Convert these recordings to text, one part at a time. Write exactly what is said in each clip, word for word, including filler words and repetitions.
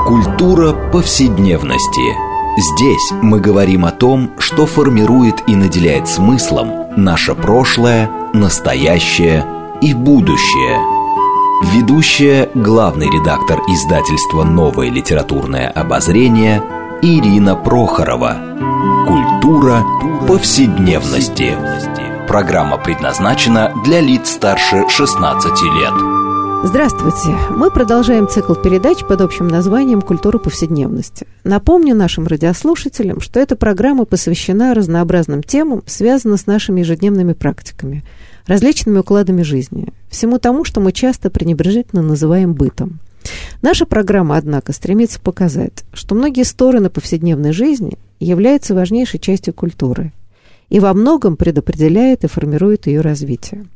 Культура повседневности. Здесь мы говорим о том, что формирует и наделяет смыслом наше прошлое, настоящее и будущее. Ведущая, главный редактор издательства «Новое литературное обозрение» Ирина Прохорова. Культура повседневности. Программа предназначена для лиц старше шестнадцати лет. Здравствуйте! Мы продолжаем цикл передач под общим названием «Культура повседневности». Напомню нашим радиослушателям, что эта программа посвящена разнообразным темам, связанным с нашими ежедневными практиками, различными укладами жизни, всему тому, что мы часто пренебрежительно называем бытом. Наша программа, однако, стремится показать, что многие стороны повседневной жизни являются важнейшей частью культуры и во многом предопределяет и формирует ее развитие.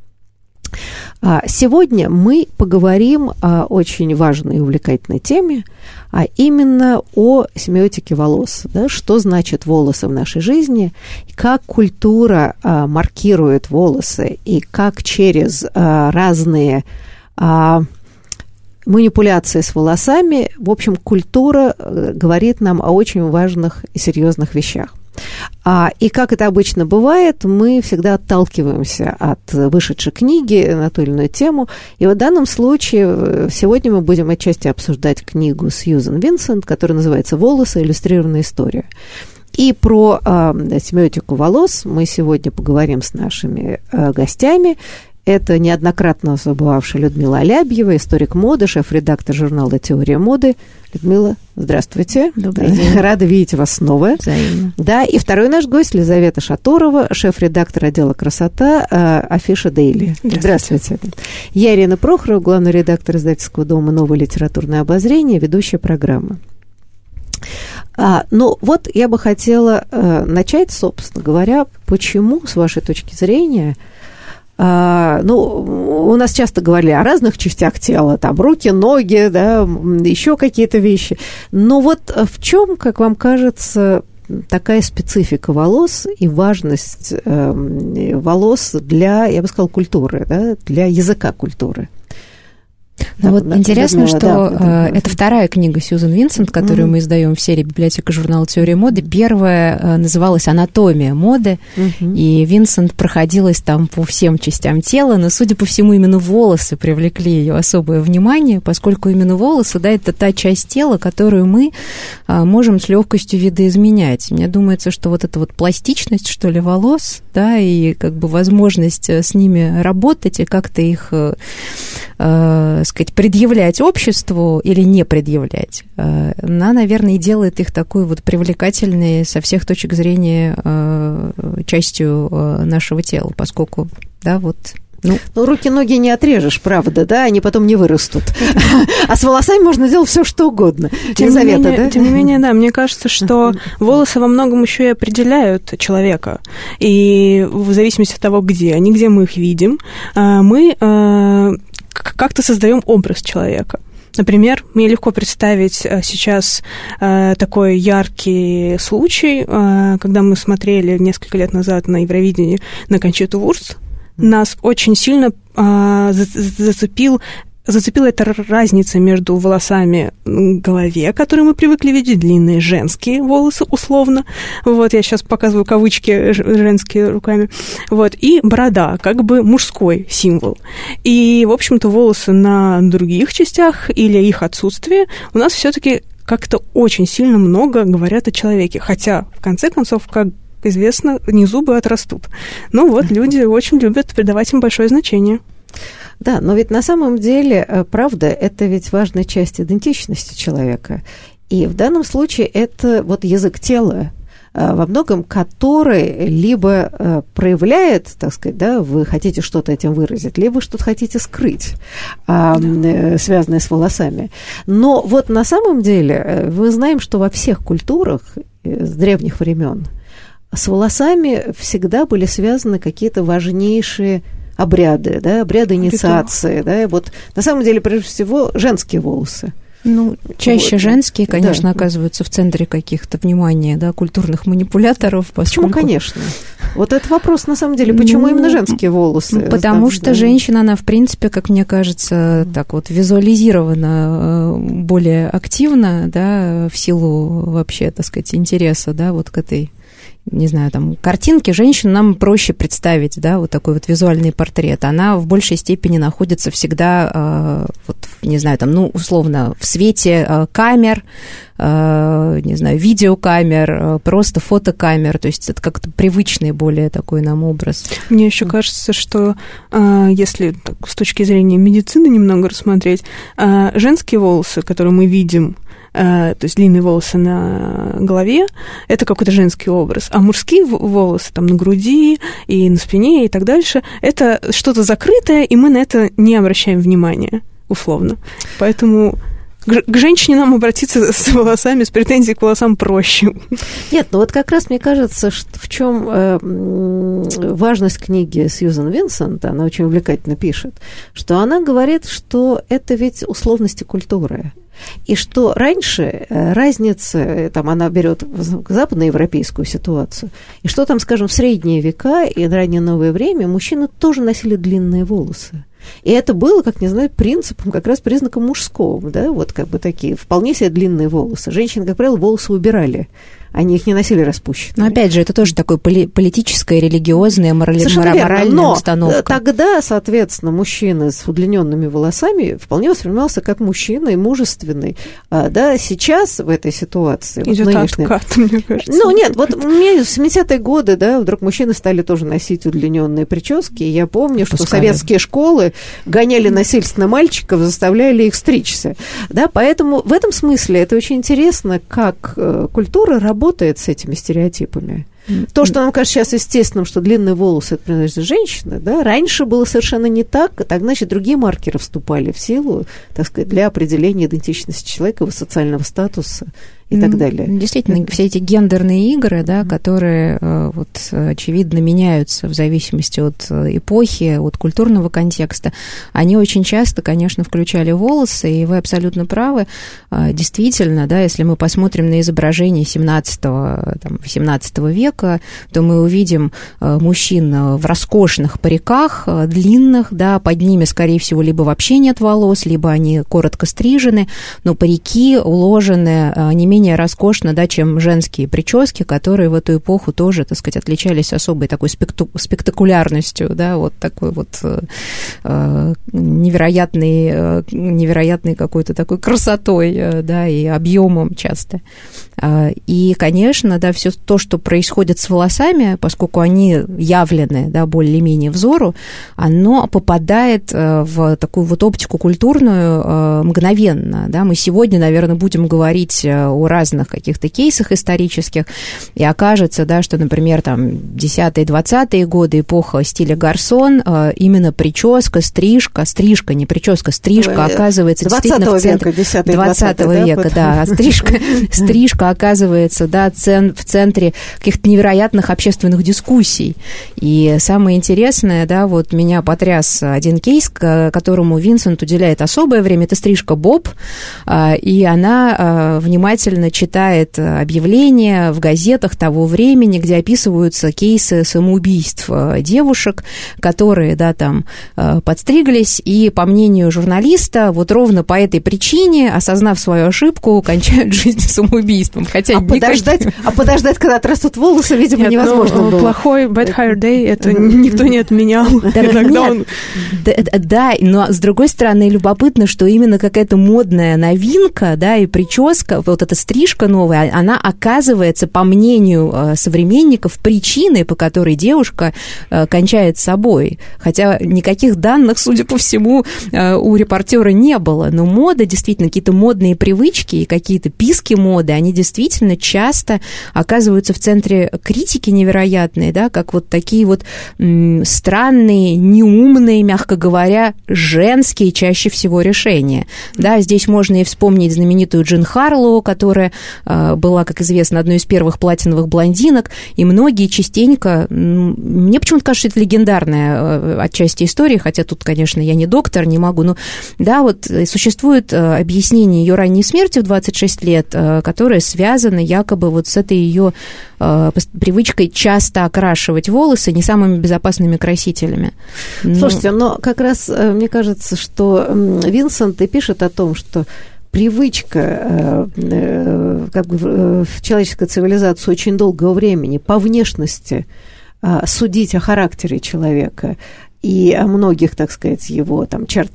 Сегодня мы поговорим о очень важной и увлекательной теме, а именно о семиотике волос. Да, что значит волосы в нашей жизни, как культура а, маркирует волосы и как через а, разные а, манипуляции с волосами, в общем, культура а, говорит нам о очень важных и серьезных вещах. А, и как это обычно бывает, мы всегда отталкиваемся от вышедшей книги на ту или иную тему. И в данном случае сегодня мы будем отчасти обсуждать книгу Сьюзен Винсент, которая называется «Волосы. Иллюстрированная история». И про а, семиотику волос мы сегодня поговорим с нашими а, гостями. Это неоднократно бывавшая Людмила Алябьева, историк моды, шеф-редактор журнала «Теория моды». Людмила, здравствуйте. Добрый день. Рада видеть вас снова. Взаимно. Да, и второй наш гость Лизавета Шатурова, шеф-редактор отдела красота Афиша Дейли. Здравствуйте. Здравствуйте. Я Ирина Прохорова, главный редактор издательского дома «Новое литературное обозрение», ведущая программы. А, ну, вот я бы хотела а, начать, собственно говоря, почему, с вашей точки зрения, Uh, ну, у нас часто говорили о разных частях тела, там, руки, ноги, да, еще какие-то вещи. Но вот в чем, как вам кажется, такая специфика волос и важность э, волос для, я бы сказала, культуры, да, для языка культуры? Ну, вот интересно, Людмила, что да, да, э, это вторая книга Сьюзен Винсент, которую mm-hmm. мы издаем в серии «Библиотека журнала «Теория моды». Первая э, называлась «Анатомия моды», mm-hmm. и Винсент проходилась там по всем частям тела, но, судя по всему, именно волосы привлекли ее особое внимание, поскольку именно волосы, да, это та часть тела, которую мы э, можем с легкостью видоизменять. Мне думается, что вот эта вот пластичность, что ли, волос, да, и как бы возможность с ними работать и как-то их... Э, э, сказать, предъявлять обществу или не предъявлять, она, наверное, и делает их такой вот привлекательной со всех точек зрения частью нашего тела, поскольку, да, вот... Ну, ну, руки-ноги не отрежешь, правда, да, они потом не вырастут. А с волосами можно делать все, что угодно. Тем не менее, да? Тем не менее, да, мне кажется, что волосы во многом еще и определяют человека. И в зависимости от того, где они, где мы их видим, мы как-то создаем образ человека. Например, мне легко представить сейчас такой яркий случай, когда мы смотрели несколько лет назад на Евровидении на Кончиту Вурст. Нас очень сильно зацепил Зацепила эта разница между волосами в голове, которые мы привыкли видеть, длинные женские волосы, условно. Вот, я сейчас показываю кавычки женские руками. Вот, и борода, как бы мужской символ. И, в общем-то, волосы на других частях или их отсутствие у нас все-таки как-то очень сильно много говорят о человеке. Хотя, в конце концов, как известно, не зубы отрастут. Ну вот, люди очень любят придавать им большое значение. Да, но ведь на самом деле, правда, это ведь важная часть идентичности человека. И в данном случае это вот язык тела, во многом который либо проявляет, так сказать, да, вы хотите что-то этим выразить, либо что-то хотите скрыть, да. связанное с волосами. Но вот на самом деле мы знаем, что во всех культурах с древних времен с волосами всегда были связаны какие-то важнейшие обряды, да, обряды инициации, да, вот на самом деле, прежде всего, женские волосы. Ну, чаще вот. Женские, конечно, да. оказываются в центре каких-то внимания, да, культурных манипуляторов. Поскольку... Почему, конечно? Вот это вопрос, на самом деле, почему ну, именно женские волосы? Потому да, что да. женщина, она, в принципе, как мне кажется, так вот визуализирована более активно, да, в силу вообще, так сказать, интереса, да, вот к этой... не знаю, там, картинки женщин нам проще представить, да, вот такой вот визуальный портрет. Она в большей степени находится всегда, э, вот, не знаю, там, ну, условно, в свете э, камер, э, не знаю, видеокамер, э, просто фотокамер, то есть это как-то привычный более такой нам образ. Мне еще кажется, что э, если так, с точки зрения медицины немного рассмотреть, э, женские волосы, которые мы видим, то есть длинные волосы на голове, это какой-то женский образ. А мужские волосы там на груди и на спине и так дальше, это что-то закрытое, и мы на это не обращаем внимания, условно. Поэтому к женщине нам обратиться с волосами, с претензией к волосам проще. Нет, ну вот как раз мне кажется, что в чем э, важность книги Сьюзан Винсент, она очень увлекательно пишет, что она говорит, что это ведь условности культуры. И что раньше разница, там она берет западноевропейскую ситуацию, и что там, скажем, в средние века и раннее новое время мужчины тоже носили длинные волосы. И это было, как не знаю, принципом, как раз признаком мужского, да, вот как бы такие вполне себе длинные волосы. Женщины, как правило, волосы убирали. Они их не носили распущенными. Но опять же, это тоже такое поли- политическое, религиозное, морали- моральная но установка. Тогда, соответственно, мужчина с удлиненными волосами вполне воспринимался как мужчина и мужественный. А, да, сейчас в этой ситуации... Идет вот нынешней... откат, мне кажется. Ну, нет, вот мне в семидесятые годы, да, вдруг мужчины стали тоже носить удлиненные прически, и я помню, что Пускали. советские школы гоняли насильственно мальчиков, заставляли их стричься. Да, поэтому в этом смысле это очень интересно, как культура работает работает с этими стереотипами. То, что нам кажется сейчас естественным, что длинные волосы – это принадлежит женщине, да, раньше было совершенно не так, так, значит, другие маркеры вступали в силу, так сказать, для определения идентичности человека, его социального статуса и так далее. Действительно, все эти гендерные игры, да, которые вот, очевидно меняются в зависимости от эпохи, от культурного контекста, они очень часто, конечно, включали волосы, и вы абсолютно правы. Действительно, да, если мы посмотрим на изображения семнадцатого-восемнадцатого века, то мы увидим мужчин в роскошных париках, длинных, да, под ними, скорее всего, либо вообще нет волос, либо они коротко стрижены, но парики уложены не менее роскошно, да, чем женские прически, которые в эту эпоху тоже, так сказать, отличались особой такой спекту- спектакулярностью, да, вот такой вот э, невероятной, э, невероятной какой-то такой красотой, э, да, и объемом часто. Э, и, конечно, да, все то, что происходит с волосами, поскольку они явлены, да, более-менее взору, оно попадает э, в такую вот оптику культурную э, мгновенно, да. Мы сегодня, наверное, будем говорить о разных каких-то кейсах исторических, и окажется, да, что, например, там, десятые-двадцатые годы, эпоха стиля гарсон, именно прическа, стрижка, стрижка, не прическа, стрижка оказывается действительно в центре двадцатого века, да, стрижка, стрижка оказывается, да, в центре каких-то невероятных общественных дискуссий. И самое интересное, да, вот меня потряс один кейс, которому Винсент уделяет особое время, это стрижка Боб, и она внимательно читает объявления в газетах того времени, где описываются кейсы самоубийств девушек, которые, да, там подстриглись, и, по мнению журналиста, вот ровно по этой причине, осознав свою ошибку, кончают жизнь самоубийством. Хотя а, никаких... подождать, а подождать, когда отрастут волосы, видимо, Нет, невозможно ну, было. Плохой Bad Hair Day это никто не отменял. Да, нет, он... да, да, но с другой стороны, любопытно, что именно какая-то модная новинка, да, и прическа, вот эта стрижка новая, она оказывается, по мнению современников, причиной, по которой девушка кончает с собой. Хотя никаких данных, судя по всему, у репортера не было. Но мода, действительно, какие-то модные привычки и какие-то писки моды, они действительно часто оказываются в центре критики невероятной, да, как вот такие вот м, странные, неумные, мягко говоря, женские чаще всего решения. Да, здесь можно и вспомнить знаменитую Джин Харлоу, которая которая была, как известно, одной из первых платиновых блондинок, и многие частенько... Мне почему-то кажется, что это легендарная отчасти история, хотя тут, конечно, я не доктор, не могу, но да, вот существует объяснение ее ранней смерти в двадцать шесть лет, которое связано якобы вот с этой ее привычкой часто окрашивать волосы не самыми безопасными красителями. Но... Слушайте, но как раз мне кажется, что Винсент и пишет о том, что привычка как бы, в человеческой цивилизации очень долгого времени по внешности судить о характере человека и о многих, так сказать, его там черт,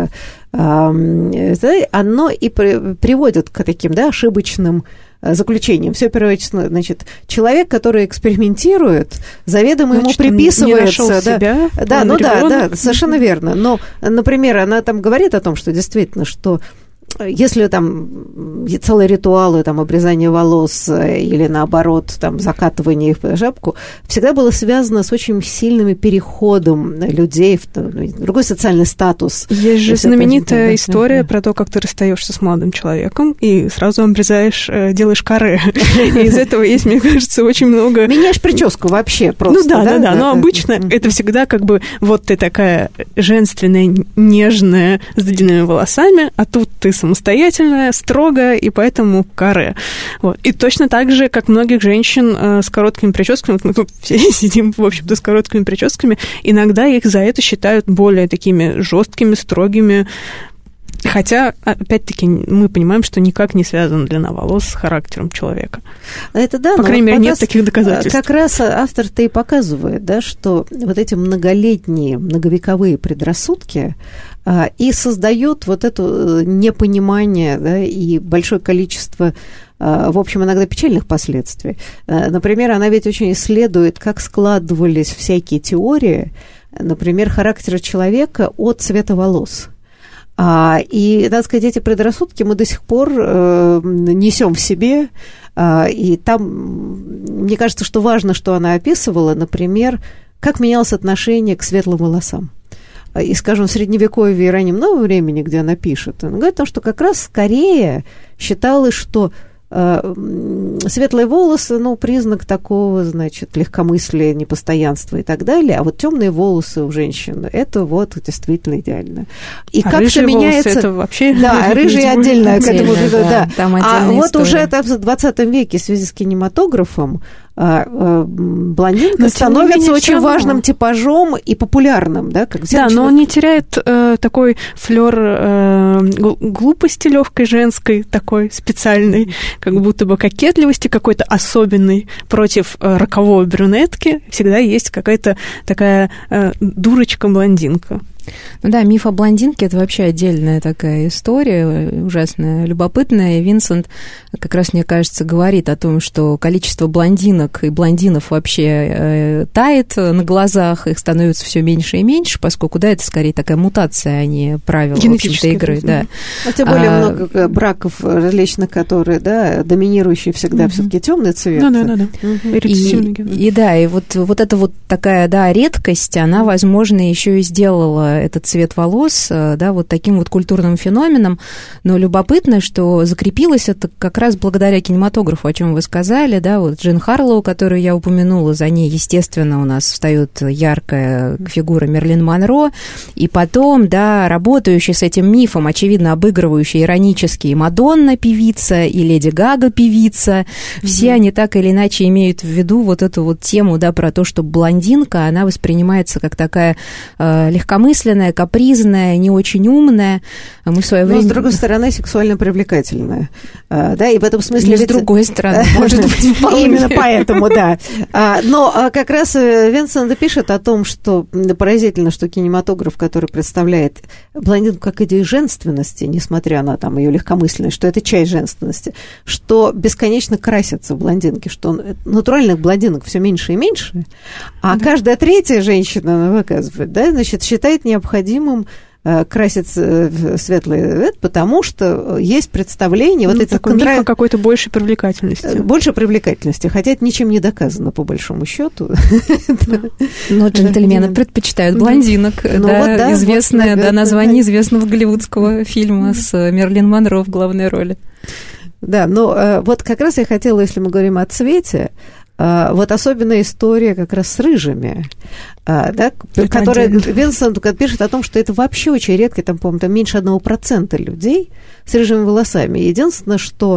оно и приводит к таким, да, ошибочным заключением. Все первично, значит, человек, который экспериментирует, заведомо значит, ему приписывается... Не да, себя, да, ну да, да, совершенно верно. Но, например, она там говорит о том, что действительно, что если там целые ритуалы, там, обрезание волос или, наоборот, там, закатывание их в шапку, всегда было связано с очень сильным переходом людей в другой социальный статус. Есть же знаменитая это, история да, про то, как ты расстаешься с молодым человеком и сразу обрезаешь, делаешь каре. И из этого есть, мне кажется, очень много... Меняешь прическу вообще просто. Ну да, да, да, но обычно это всегда как бы вот ты такая женственная, нежная, с длинными волосами, а тут ты самостоятельная, строгая, и поэтому каре. Вот. И точно так же, как многих женщин э, с короткими прическами, вот мы тут все сидим, в общем-то, с короткими прическами, иногда их за это считают более такими жесткими, строгими. Хотя, опять-таки, мы понимаем, что никак не связана длина волос с характером человека. Это да, По крайней мере, нет раз, таких доказательств. Как раз автор-то и показывает, да, что вот эти многолетние, многовековые предрассудки а, и создают вот это непонимание, да, и большое количество, а, в общем, иногда печальных последствий. А, например, она ведь очень исследует, как складывались всякие теории, например, характера человека от цвета волос. А, и, надо сказать, эти предрассудки мы до сих пор э, несем в себе, а, и там, мне кажется, что важно, что она описывала, например, как менялось отношение к светлым волосам. И, скажем, в Средневековье и раннем новом времени, где она пишет, она говорит о том, что как раз скорее считалось, что светлые волосы, ну, признак такого, значит, легкомыслия, непостоянства и так далее, а вот темные волосы у женщин, это вот действительно идеально. И а как все меняется... это вообще... Да, рыжие отдельно к этому... Да, да. Там а вот история. Уже там, в двадцатом веке в связи с кинематографом блондинка но, становится менее, очень важным типажом и популярным, да, как да, но он не теряет э, такой флёр э, глупости легкой женской, такой специальной, как будто бы кокетливости какой-то особенной против э, роковой брюнетки. Всегда есть какая-то такая э, дурочка-блондинка. Ну да, миф о блондинке – это вообще отдельная такая история, ужасно любопытная. И Винсент как раз, мне кажется, говорит о том, что количество блондинок и блондинов вообще э, тает на глазах, их становится все меньше и меньше, поскольку, да, это скорее такая мутация, а не правила, в общем-то, игры. Да. А тем более а, много браков различных, которые, да, доминирующие всегда угу. все-таки темный цвет. Да, да, да. да. Угу. И, и, и да, и вот, вот эта вот такая, да, редкость, она, возможно, еще и сделала этот цвет волос, да, вот таким вот культурным феноменом, но любопытно, что закрепилось это как раз благодаря кинематографу, о чем вы сказали, да, вот Джин Харлоу, которую я упомянула, за ней, естественно, у нас встает яркая фигура Мерлин Монро, и потом, да, работающая с этим мифом, очевидно, обыгрывающая иронически и Мадонна певица, и Леди Гага певица, mm-hmm. все они так или иначе имеют в виду вот эту вот тему, да, про то, что блондинка, она воспринимается как такая э, легкомысленная, капризная, не очень умная. Мы в свое время... Но, с другой стороны, сексуально привлекательная. Да, и в этом смысле... Но, ведь... с другой стороны, может быть, именно поэтому, да. Но как раз Винсент пишет о том, что поразительно, что кинематограф, который представляет блондинку как идею женственности, несмотря на там ее легкомысленность, что это часть женственности, что бесконечно красятся блондинки, что натуральных блондинок все меньше и меньше, а каждая третья женщина, она выказывает, да, значит, считает необходимым красить светлый цвет, потому что есть представление... Ну, вот эти контра... миф о какой-то большей привлекательности. Больше привлекательности, хотя это ничем не доказано, по большому счету. Но джентльмены предпочитают блондинок. Известное название известного голливудского фильма с Мерлин Монро в главной роли. Да, но вот как раз я хотела, если мы говорим о цвете, вот особенная история как раз с рыжими, да, которая Винсент пишет о том, что это вообще очень редко, там, по-моему, там меньше одного процента людей с рыжими волосами. Единственное, что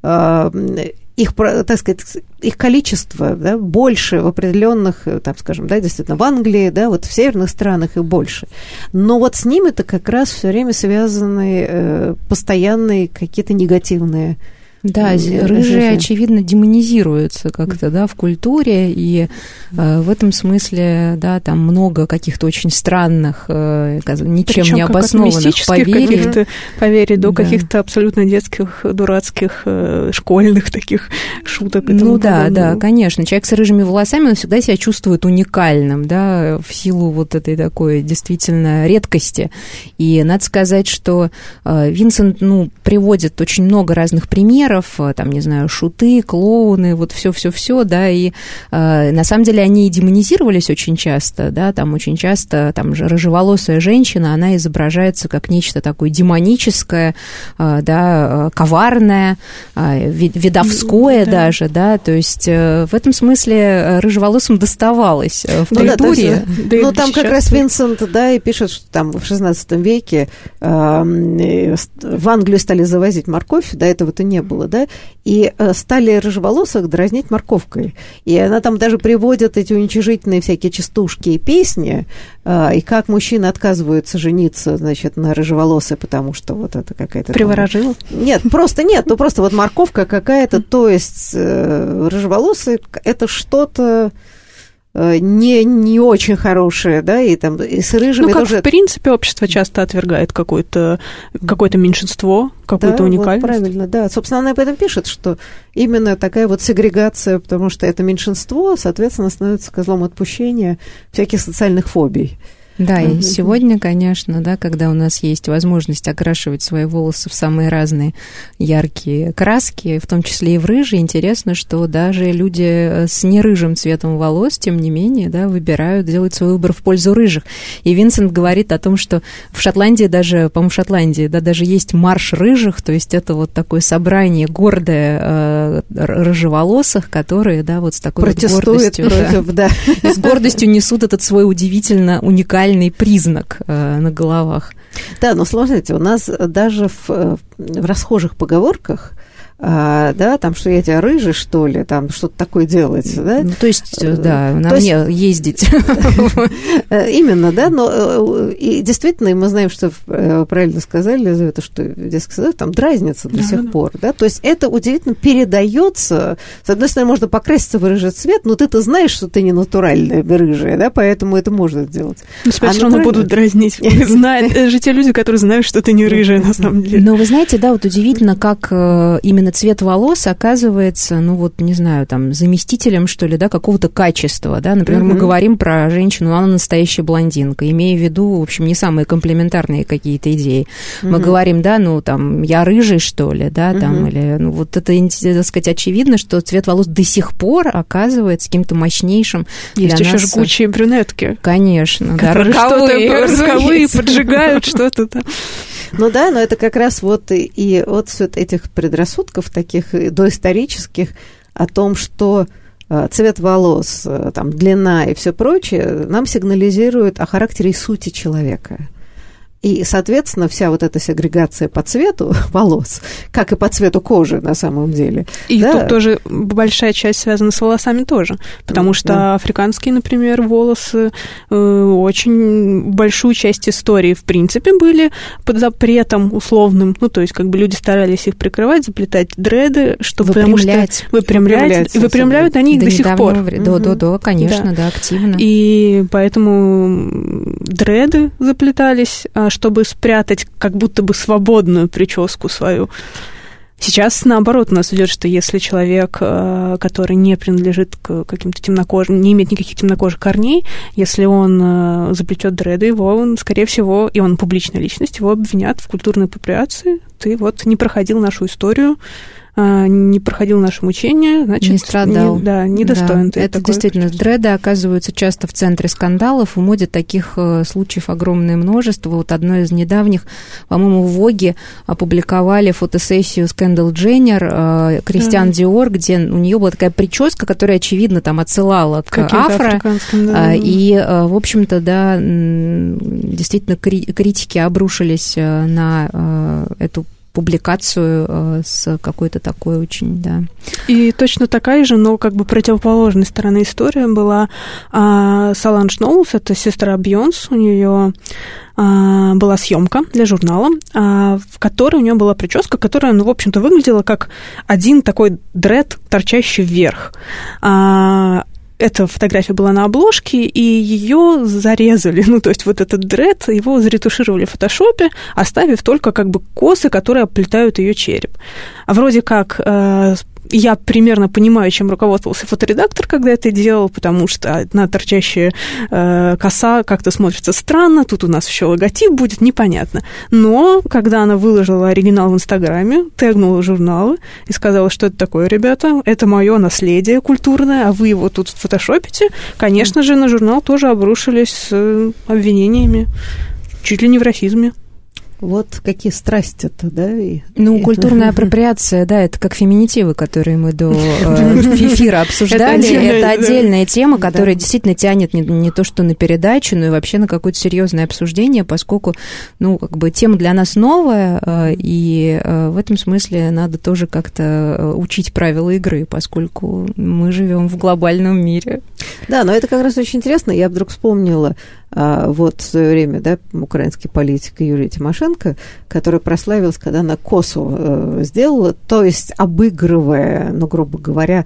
их, так сказать, их количество, да, больше в определенных, там, скажем, да, действительно, в Англии, да, вот в северных странах и больше. Но вот с ними-то как раз все время связаны э, постоянные какие-то негативные. Да, рыжие, очевидно, демонизируются как-то, да, в культуре, и э, в этом смысле, да, там много каких-то очень странных, э, ничем Причем не обоснованных поверий. Каких-то поверий до да. каких-то абсолютно детских, дурацких, э, школьных таких шуток. И ну да, подобного. Да, конечно. Человек с рыжими волосами, он всегда себя чувствует уникальным, да, в силу вот этой такой действительно редкости. И надо сказать, что э, Винсент, ну, приводит очень много разных примеров, там, не знаю, шуты, клоуны, вот все-все-все, да, и э, на самом деле они и демонизировались очень часто, да, там очень часто, там же рыжеволосая женщина, она изображается как нечто такое демоническое, э, да, коварное, э, видовское да. даже, да, то есть э, в этом смысле рыжеволосым доставалось в ну, культуре. Да, да, ну, там как раз Винсент, да, и пишет, что там в шестнадцатом веке э, в Англию стали завозить морковь, до этого-то не было. Да, и стали рыжеволосых дразнить морковкой. И она там даже приводит эти уничижительные всякие частушки и песни, и как мужчины отказываются жениться, значит, на рыжеволосой, потому что вот это какая-то... Приворожила? Там... Нет, просто нет, ну просто вот морковка какая-то, то есть рыжеволосый – это что-то... Не, не очень хорошие, да, и там и с рыжими ну, как тоже... в принципе, общество часто отвергает какое-то, какое-то меньшинство, какую-то да, уникальность. Вот правильно, да. Собственно, она об этом пишет, что именно такая вот сегрегация, потому что это меньшинство, соответственно, становится козлом отпущения всяких социальных фобий. Да, и сегодня, конечно, да, когда у нас есть возможность окрашивать свои волосы в самые разные яркие краски, в том числе и в рыжий, интересно, что даже люди с нерыжим цветом волос, тем не менее, да, выбирают, делают свой выбор в пользу рыжих. И Винсент говорит о том, что в Шотландии даже, по-моему, в Шотландии, да, даже есть марш рыжих, то есть это вот такое собрание гордое э, рыжеволосых, которые, да, вот с такой протестуют вот гордостью, против, да, да, с гордостью несут этот свой удивительно уникальный признак э, на головах. Да, но смотрите, у нас даже в, в расхожих поговорках, а, да, там, что я тебя рыжий, что ли, там что-то такое делать, да? Ну, то есть, да, на мне есть... ездить. Именно, да, но и действительно мы знаем, что правильно сказали, Елизавета, что детский садок там дразнится до сих пор, да, то есть это удивительно передается, с одной стороны, можно покраситься в рыжий цвет, но ты-то знаешь, что ты не натуральная рыжая, да, поэтому это можно сделать. Ну, тебя все равно будут дразнить, знают, же те люди, которые знают, что ты не рыжая, на самом деле. Но вы знаете, да, вот удивительно, как именно цвет волос оказывается, ну вот, не знаю, там, заместителем, что ли, да, какого-то качества, да, например, mm-hmm. мы говорим про женщину, она настоящая блондинка, имея в виду, в общем, не самые комплиментарные какие-то идеи. Mm-hmm. Мы говорим, да, ну, там, я рыжий, что ли, да, там, mm-hmm. или, ну, вот это, так сказать, очевидно, что цвет волос до сих пор оказывается каким-то мощнейшим. Есть еще нас... жгучие брюнетки. Конечно, да, роковые, роковые поджигают что-то там. Ну да, но это как раз вот и, и от этих предрассудков таких доисторических о том, что цвет волос, там, длина и все прочее нам сигнализирует о характере и сути человека. И, соответственно, вся вот эта сегрегация по цвету волос, как и по цвету кожи на самом деле. И да. тут тоже большая часть связана с волосами тоже, потому что да. африканские, например, волосы э, очень большую часть истории, в принципе, были под запретом условным, ну, то есть как бы люди старались их прикрывать, заплетать дреды, чтобы, потому что выпрямлять, и выпрямляют они их до, до сих пор. Вре- до, до, до, конечно, да. да, активно. И поэтому дреды заплетались, чтобы спрятать как будто бы свободную прическу свою. Сейчас, наоборот, у нас идет, что если человек, который не принадлежит к каким-то темнокожим, не имеет никаких темнокожих корней, если он заплетет дреды, его, он, скорее всего, и он публичная личность, его обвинят в культурной апроприации. Ты вот не проходил нашу историю, не проходил наши мучения, значит... Не страдал. Не, да, недостоин. Да, это действительно, дреды оказываются часто в центре скандалов, в моде таких случаев огромное множество. Вот одно из недавних, по-моему, в Vogue опубликовали фотосессию с Кендалл Дженнер, Кристиан Диор, где у нее была такая прическа, которая, очевидно, там отсылала к афро. Да. И, в общем-то, да, действительно, критики обрушились на эту публикацию с какой-то такой очень, да. И точно такая же, но как бы противоположной стороны история была а, Соланж Ноулс, это сестра Бейонс, у нее а, была съемка для журнала, а, в которой у нее была прическа, которая, ну, в общем-то, выглядела как один такой дред, торчащий вверх. А, Эта фотография была на обложке, и ее зарезали. Ну, то есть вот этот дред, его заретушировали в фотошопе, оставив только как бы косы, которые оплетают ее череп. А вроде как... Э, я примерно понимаю, чем руководствовался фоторедактор, когда это делал, потому что одна торчащая э, коса как-то смотрится странно, тут у нас еще логотип будет, непонятно. Но когда она выложила оригинал в Инстаграме, тегнула журналы и сказала, что это такое, ребята, это мое наследие культурное, а вы его тут фотошопите, конечно же, на журнал тоже обрушились с обвинениями, чуть ли не в расизме. Вот какие страсти-то, да? И, ну, и... культурная апроприация, да, это как феминитивы, которые мы до эфира обсуждали. Это отдельная тема, которая действительно тянет не то что на передачу, но и вообще на какое-то серьезное обсуждение, поскольку, ну, как бы тема для нас новая, и в этом смысле надо тоже как-то учить правила игры, поскольку мы живем в глобальном мире. Да, но это как раз очень интересно. Я вдруг вспомнила вот в свое время, да, украинский политик Юлия Тимошенко, которая прославилась, когда она косу сделала, то есть обыгрывая, ну, грубо говоря,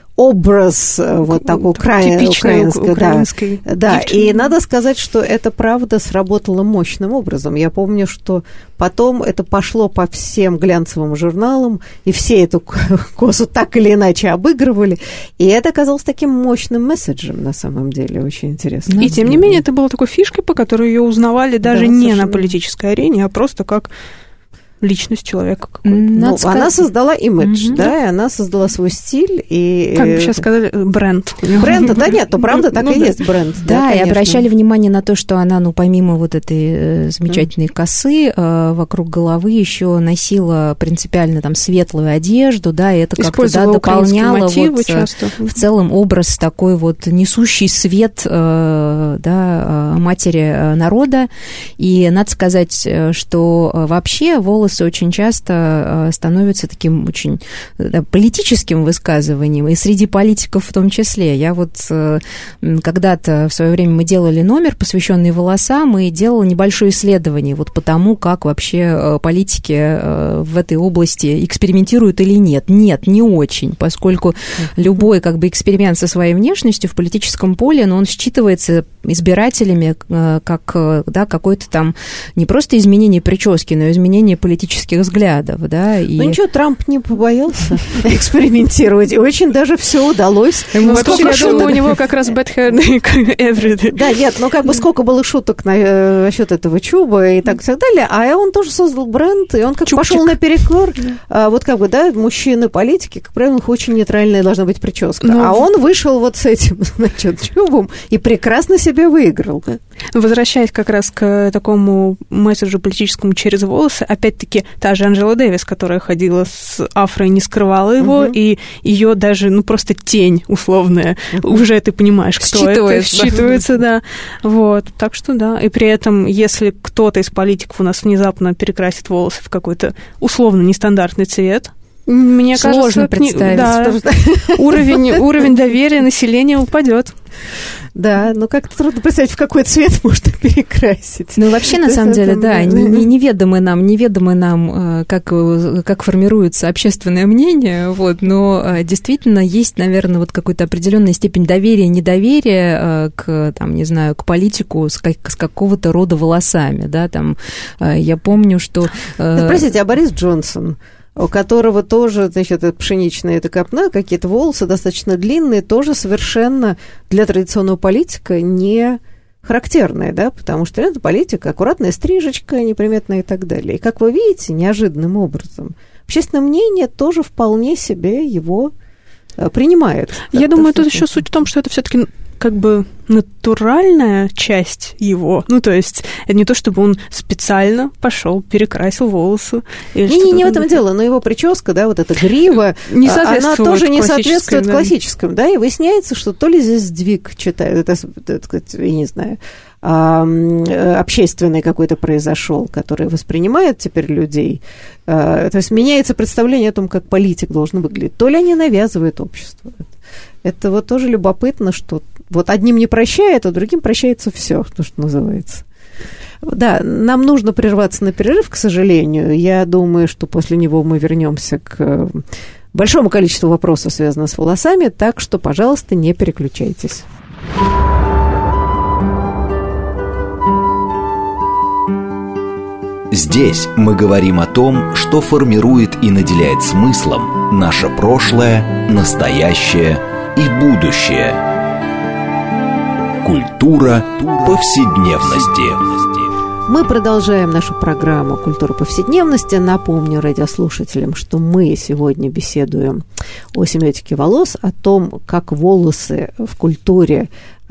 образ вот такой украинской, украинской да, да, и надо сказать, что это правда сработало мощным образом. Я помню, что потом это пошло по всем глянцевым журналам, и все эту косу так или иначе обыгрывали, и это оказалось таким мощным месседжем на самом деле, очень интересно. И тем не менее это было такой фишкой, по которой ее узнавали даже да, не совершенно... на политической арене, а просто как личность человека какой-то. Ну, она создала имидж, mm-hmm. да, и она создала свой стиль. И... Как бы сейчас сказали, бренд. Бренд, да нет, то правда так ну, и да. есть бренд. Да, да, и обращали внимание на то, что она, ну, помимо вот этой замечательной mm-hmm. косы, э, вокруг головы еще носила принципиально там светлую одежду, да, и это как-то да, дополняло вот, часто. в целом образ такой вот несущий свет э, да, матери народа. И надо сказать, что вообще волосы очень часто становятся таким очень да, политическим высказыванием, и среди политиков в том числе. Я вот когда-то в свое время мы делали номер, посвященный волосам, и делала небольшое исследование вот по тому, как вообще политики в этой области экспериментируют или нет. Нет, не очень, поскольку любой как бы эксперимент со своей внешностью в политическом поле, но он считывается избирателями как да, какое-то там не просто изменение прически, но и изменение политических взглядов, да. И... Ну ничего, Трамп не побоялся экспериментировать, и очень даже все удалось. Ему вообще, я думаю, у него как раз bad hair everyday. Да, нет, ну как бы сколько было шуток насчет этого чуба и так и так далее, а он тоже создал бренд, и он как пошел наперекор. Вот как бы, да, мужчины-политики, как правило, у них очень нейтральная должна быть прическа. А он вышел вот с этим, значит, чубом и прекрасно себе выиграл. Возвращаясь как раз к такому месседжу политическому через волосы, опять-таки, та же Анджела Дэвис, которая ходила с афро и не скрывала его, uh-huh. и ее даже, ну, просто тень условная, uh-huh. уже ты понимаешь, кто это. Считывается, да. Вот, так что да. И при этом, если кто-то из политиков у нас внезапно перекрасит волосы в какой-то условно нестандартный цвет, мне сложно кажется, представить. Да, уровень, уровень доверия населения упадет. Да, но как-то трудно представить, в какой цвет можно перекрасить. Ну, вообще, на самом деле, да, неведомы нам, неведомы нам, как, как формируется общественное мнение, вот, но действительно есть, наверное, вот какая-то определенная степень доверия, недоверия к, там, не знаю, к политику с, как, с какого-то рода волосами, да, там, я помню, что... Ну, простите, а Борис Джонсон, у которого тоже, значит, пшеничная эта копна, какие-то волосы достаточно длинные, тоже совершенно для традиционного политика не характерные, да, потому что это политика, аккуратная стрижечка неприметная и так далее. И, как вы видите, неожиданным образом общественное мнение тоже вполне себе его принимает. Я думаю, тут еще суть в том, что это все-таки как бы натуральная часть его. Ну, то есть, это не то, чтобы он специально пошел, перекрасил волосы. Не, не, не в этом дело, но его прическа, да, вот эта грива, не она тоже не соответствует да. классическому, да, и выясняется, что то ли здесь сдвиг читает, это, так сказать, я не знаю, общественный какой-то произошел, который воспринимает теперь людей. То есть меняется представление о том, как политик должен выглядеть. То ли они навязывают обществу. Это вот тоже любопытно, что вот одним не прощает, а другим прощается все, то, что называется. Да, нам нужно прерваться на перерыв, к сожалению. Я думаю, что после него мы вернемся к большому количеству вопросов, связанных с волосами, так что, пожалуйста, не переключайтесь. Здесь мы говорим о том, что формирует и наделяет смыслом наше прошлое, настоящее и будущее. Культура повседневности. Мы продолжаем нашу программу «Культура повседневности». Напомню радиослушателям, что мы сегодня беседуем о семиотике волос, о том, как волосы в культуре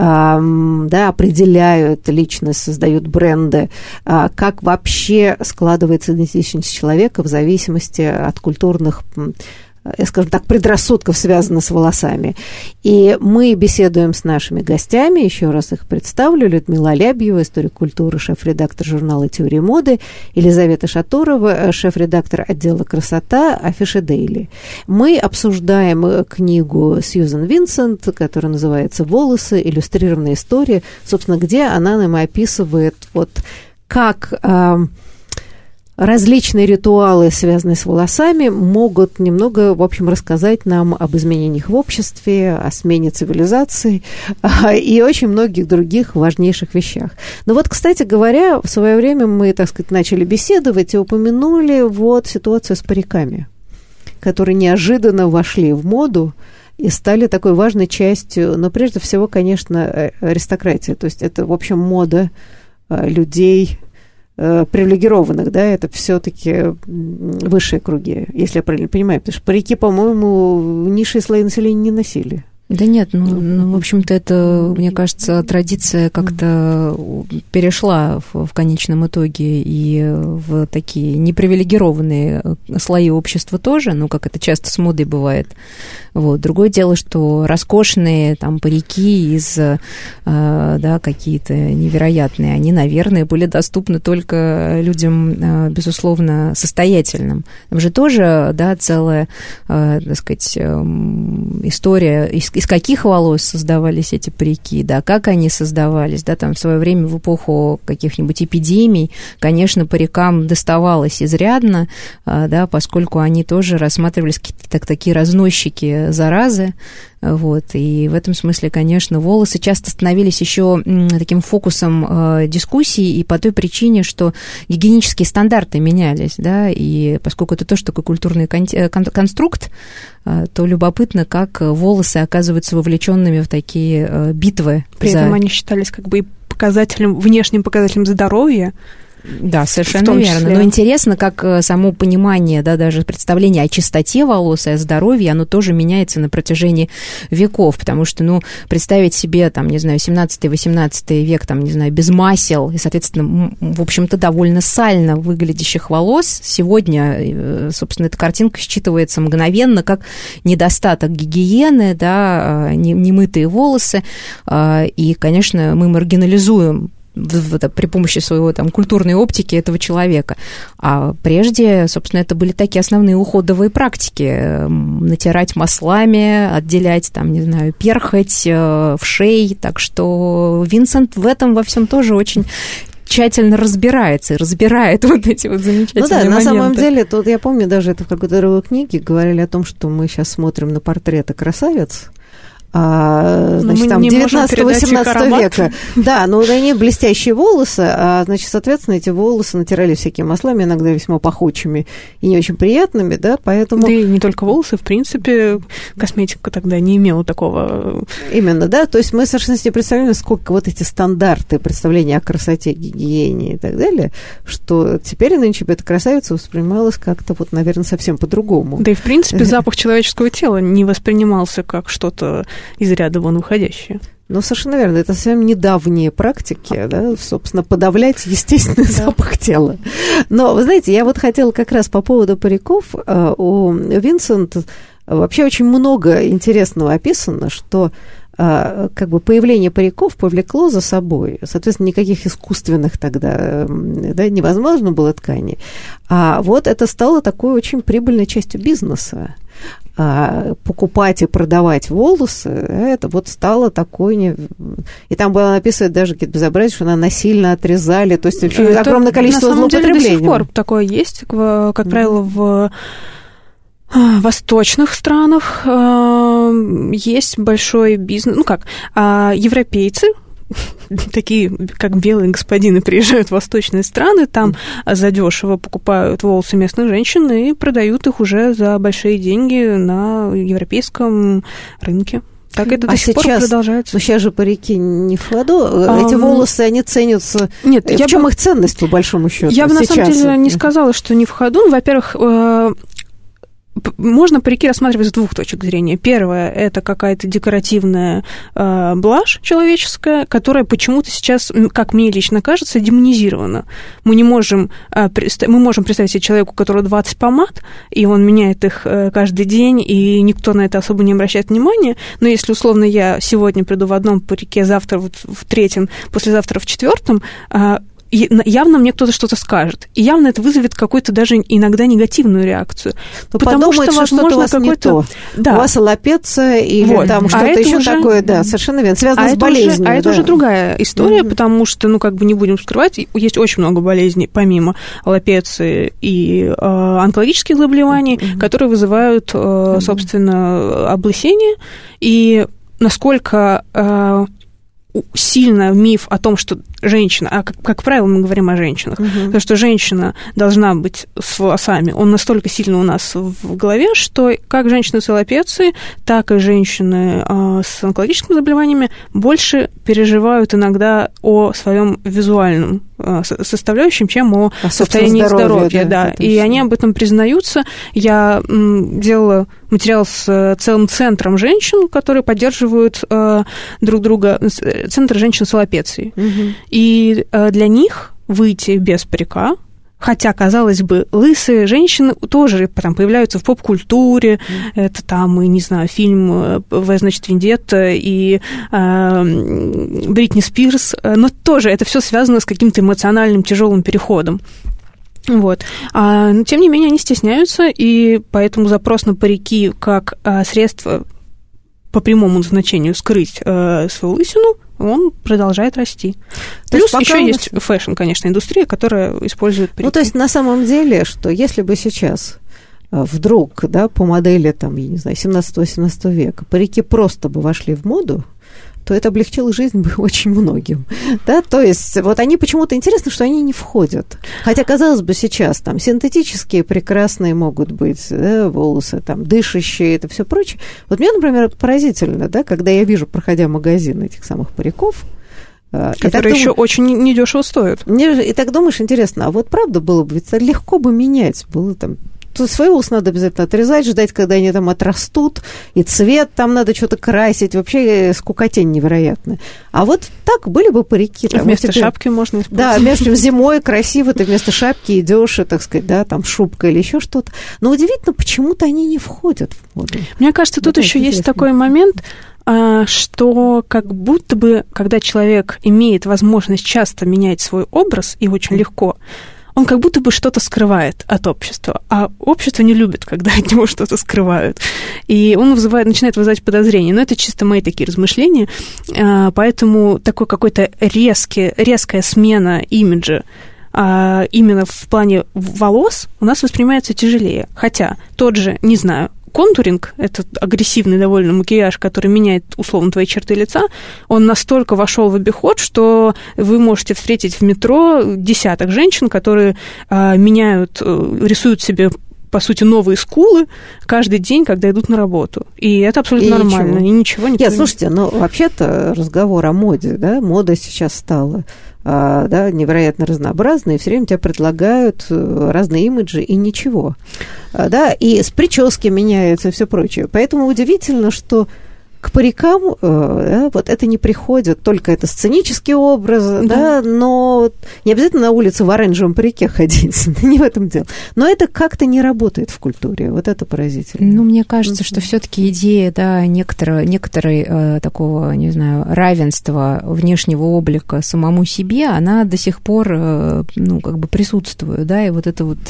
да, определяют личность, создают бренды, как вообще складывается идентичность человека в зависимости от культурных, скажем так, предрассудков, связанных с волосами. И мы беседуем с нашими гостями, еще раз их представлю: Людмила Алябьева, историк культуры, шеф-редактор журнала «Теория моды», Елизавета Шатурова, шеф-редактор отдела «Красота» Афиша Дейли. Мы обсуждаем книгу Сьюзен Винсент, которая называется «Волосы. Иллюстрированная история», собственно, где она нам описывает вот как различные ритуалы, связанные с волосами, могут немного, в общем, рассказать нам об изменениях в обществе, о смене цивилизации и очень многих других важнейших вещах. Но вот, кстати говоря, в свое время мы, так сказать, начали беседовать и упомянули вот ситуацию с париками, которые неожиданно вошли в моду и стали такой важной частью, но прежде всего, конечно, аристократии. То есть это, в общем, мода людей привилегированных, да, это все-таки высшие круги, если я правильно понимаю, потому что парики, по-моему, низшие слои населения не носили. Да нет, ну, ну, в общем-то, это, мне кажется, традиция как-то перешла в, в конечном итоге и в такие непривилегированные слои общества тоже, ну, как это часто с модой бывает. Вот. Другое дело, что роскошные там парики из, э, да, какие-то невероятные, они, наверное, были доступны только людям, э, безусловно, состоятельным. Там же тоже, да, целая, э, так сказать, э, история, из, из каких волос создавались эти парики, да, как они создавались, да, там в свое время в эпоху каких-нибудь эпидемий, конечно, парикам доставалось изрядно, э, да, поскольку они тоже рассматривались как такие разносчики заразы, вот, и в этом смысле, конечно, волосы часто становились еще таким фокусом э, дискуссий, и по той причине, что гигиенические стандарты менялись, да, и поскольку это тоже такой культурный кон- кон- конструкт, э, то любопытно, как волосы оказываются вовлеченными в такие э, битвы. При за... этом они считались как бы и показателем, внешним показателем здоровья. Да, совершенно верно. Но интересно, как само понимание, да, даже представление о чистоте волос и о здоровье, оно тоже меняется на протяжении веков, потому что, ну, представить себе, там, не знаю, семнадцатый-восемнадцатый век, там, не знаю, без масел и, соответственно, в общем-то, довольно сально выглядящих волос, сегодня, собственно, эта картинка считывается мгновенно как недостаток гигиены, да, немытые волосы, и, конечно, мы маргинализуем при помощи своего там культурной оптики этого человека. А прежде, собственно, это были такие основные уходовые практики. Натирать маслами, отделять, там, не знаю, перхоть, вшей. Так что Винсент в этом во всем тоже очень тщательно разбирается и разбирает вот эти вот замечательные моменты. Ну да, на самом деле, тут я помню, даже это в какой-то другой книге говорили о том, что мы сейчас смотрим на портреты красавиц, А, значит, мы там девятнадцатого-восемнадцатого века. Да, но они блестящие волосы, а, значит, соответственно, эти волосы натирались всякими маслами, иногда весьма пахучими и не очень приятными, да, поэтому... Да и не только волосы, в принципе, косметика тогда не имела такого... Именно, да, то есть мы совершенно себе представляем, сколько вот эти стандарты представления о красоте, гигиене и так далее, что теперь нынче эта красавица воспринималась как-то вот, наверное, совсем по-другому. Да и, в принципе, запах человеческого тела не воспринимался как что-то из ряда вон выходящее. Ну, совершенно верно. Это совсем недавние практики, да, собственно, подавлять естественный запах тела. Но, вы знаете, я вот хотела как раз по поводу париков. У Винсент вообще очень много интересного описано, что как бы появление париков повлекло за собой, соответственно, никаких искусственных тогда, да, невозможно было тканей. А вот это стало такой очень прибыльной частью бизнеса. Покупать и продавать волосы, это вот стало такой... Не... И там было написано даже какие-то безобразия, что она насильно отрезали, то есть вообще это огромное количество злоупотребления. На самом деле до сих пор такое есть, как mm-hmm. правило, в восточных странах есть большой бизнес, ну как, европейцы, такие, как белые господины, приезжают в восточные страны, там задешево покупают волосы местных женщин и продают их уже за большие деньги на европейском рынке. Так это а до сих сейчас, пор продолжается. Ну, сейчас же парики не в ходу. А, Эти волосы, они ценятся. Нет, в чем бы... их ценность, по большому счету? Я бы, сейчас? на самом деле, не сказала, что не в ходу. Ну, во-первых, можно парики рассматривать с двух точек зрения. Первое – это какая-то декоративная э, блажь человеческая, которая почему-то сейчас, как мне лично кажется, демонизирована. Мы не можем, э, мы можем представить себе человека, у которого двадцать помад, и он меняет их э, каждый день, и никто на это особо не обращает внимания. Но если, условно, я сегодня приду в одном парике, завтра вот в третьем, послезавтра в четвертом, э, явно мне кто-то что-то скажет. И явно это вызовет какую-то даже иногда негативную реакцию. Но потому подумает, что, возможно, что у вас не то. Да. У вас аллопеция или вот. Там что-то а еще уже... такое, да, совершенно верно, связано а с болезнью. Уже, а да. это уже другая история, mm-hmm. потому что, ну, как бы не будем скрывать, есть очень много болезней, помимо аллопеции и э, онкологических заболеваний, mm-hmm. которые вызывают, э, mm-hmm. собственно, облысение. И насколько... Э, сильно миф о том, что женщина, а как, как правило мы говорим о женщинах, uh-huh. то, что женщина должна быть с волосами, он настолько сильно у нас в голове, что как женщины с аллопецией, так и женщины э, с онкологическими заболеваниями больше переживают иногда о своем визуальном э, составляющем, чем о а состоянии здоровья. здоровья да, да. И они об этом признаются. Я м, делала материал с целым центром женщин, которые поддерживают э, друг друга, центр женщин с аллопецией. Угу. И э, для них выйти без парика, хотя, казалось бы, лысые женщины тоже там появляются в поп-культуре, mm. это там, и, не знаю, фильм «В, значит, Вендетта» и э, Бритни Спирс, но тоже это все связано с каким-то эмоциональным тяжелым переходом. Вот. А, но, тем не менее, они стесняются, и поэтому запрос на парики как а, средство по прямому назначению скрыть а, свою лысину, он продолжает расти. То Плюс еще есть фэшн, конечно, индустрия, которая использует парики. Ну, то есть, на самом деле, что если бы сейчас вдруг, да, по модели, там, я не знаю, семнадцатого-восемнадцатого века парики просто бы вошли в моду, то это облегчило жизнь бы очень многим. Да? То есть вот они почему-то интересно, что они не входят. Хотя, казалось бы, сейчас там синтетические прекрасные могут быть, да, волосы, там, дышащие, это все прочее. Вот мне, например, поразительно, да, когда я вижу, проходя магазин этих самых париков, которые еще дум... очень недешево стоят. И так думаешь, интересно, а вот правда было бы, ведь легко бы менять, было там... Свои волосы надо обязательно отрезать, ждать, когда они там отрастут, и цвет там надо что-то красить, вообще скукотень невероятная. А вот так были бы парики. Там, вместо вот теперь, шапки можно использовать. Да, между зимой красиво, ты вместо шапки идешь, так сказать, да, там шубка или еще что-то. Но удивительно, почему-то они не входят в моду. Мне кажется, тут вот еще есть такой момент, что как будто бы, когда человек имеет возможность часто менять свой образ, и очень легко, он как будто бы что-то скрывает от общества, а общество не любит, когда от него что-то скрывают. И он вызывает, начинает вызывать подозрения. Но это чисто мои такие размышления. Поэтому такой какой-то резкий, резкая смена имиджа именно в плане волос у нас воспринимается тяжелее. Хотя тот же, не знаю, контуринг, этот агрессивный довольно макияж, который меняет, условно, твои черты лица, он настолько вошел в обиход, что вы можете встретить в метро десяток женщин, которые э, меняют, э, рисуют себе, по сути, новые скулы каждый день, когда идут на работу. И это абсолютно и нормально. Ничего. И ничего Нет, слушайте, ну, вообще-то разговор о моде, да, мода сейчас стала а, да, невероятно разнообразной, и все время тебе предлагают разные имиджи, и ничего. А, да, и с прически меняются и все прочее. Поэтому удивительно, что к парикам да, вот это не приходит, только это сценический образ, да. Да, но не обязательно на улице в оранжевом парике ходить, не в этом дело. Но это как-то не работает в культуре, вот это поразительно. Ну, мне кажется, mm-hmm. что все-таки идея, да, некоторой, некоторой э, такого, не знаю, равенства внешнего облика самому себе, она до сих пор, э, ну, как бы присутствует, да, и вот это вот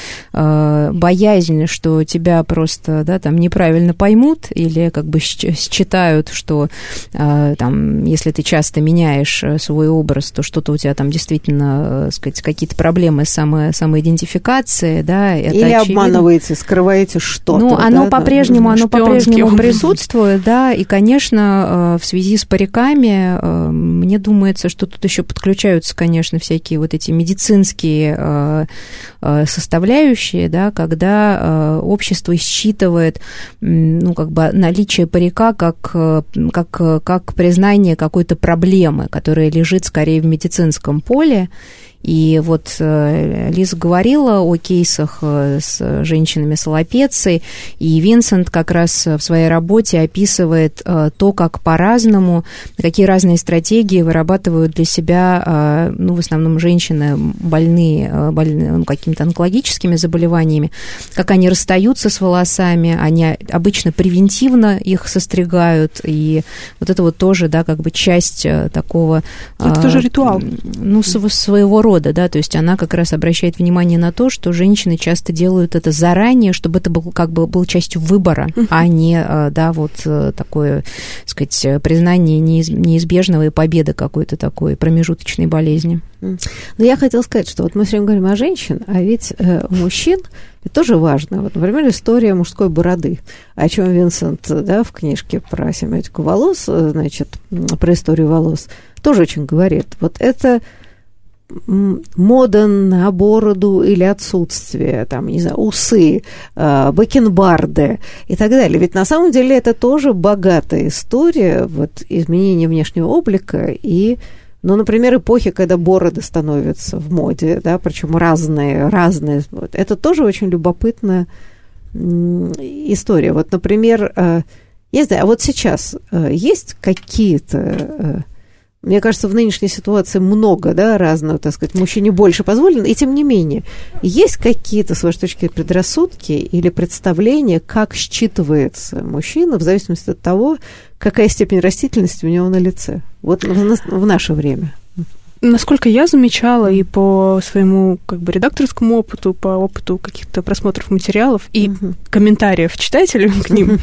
э, боязнь, что тебя просто, да, там неправильно поймут или как бы считают, что э, там, если ты часто меняешь свой образ, то что-то у тебя там действительно, так сказать, какие-то проблемы с само, самоидентификацией, да, это или очевидно. Обманываете, скрываете что-то. Ну, оно да, по-прежнему, да, оно по-прежнему присутствует, да, и, конечно, в связи с париками, мне думается, что тут еще подключаются, конечно, всякие вот эти медицинские составляющие, да, когда общество считывает, ну, как бы наличие парика как Как, как, как признание какой-то проблемы, которая лежит скорее в медицинском поле. И вот Лиза говорила о кейсах с женщинами с аллопецией, и Винсент как раз в своей работе описывает то, как по-разному, какие разные стратегии вырабатывают для себя, ну, в основном женщины больные, больные ну, какими-то онкологическими заболеваниями, как они расстаются с волосами, они обычно превентивно их состригают, и вот это вот тоже, да, как бы часть такого... Это тоже ритуал. Ну, своего рода. Рода, да, то есть она как раз обращает внимание на то, что женщины часто делают это заранее, чтобы это был, как бы был частью выбора, uh-huh. а не, да, вот такое, так сказать, признание неизбежного и победы какой-то такой промежуточной болезни. Но я хотела сказать, что вот мы все время говорим о женщинах, а ведь э, у мужчин это тоже важно. Вот, например, история мужской бороды, о чем Винсент, да, в книжке про семиотику волос, значит, про историю волос, тоже очень говорит. Вот это мода на бороду или отсутствие, там, не знаю, усы, э, бакенбарды и так далее. Ведь на самом деле это тоже богатая история вот, изменения внешнего облика и, ну, например, эпохи, когда бороды становятся в моде, да, причем разные, разные. Вот. Это тоже очень любопытная м- история. Вот, например, э, я знаю, а вот сейчас э, есть какие-то... Э, Мне кажется, в нынешней ситуации много, да, разного, так сказать, мужчине больше позволено, и тем не менее, есть какие-то, с вашей точки зрения, предрассудки или представления, как считывается мужчина в зависимости от того, какая степень растительности у него на лице, вот в, в наше время? Насколько я замечала и по своему как бы редакторскому опыту, по опыту каких-то просмотров материалов и uh-huh. комментариев читателей к ним,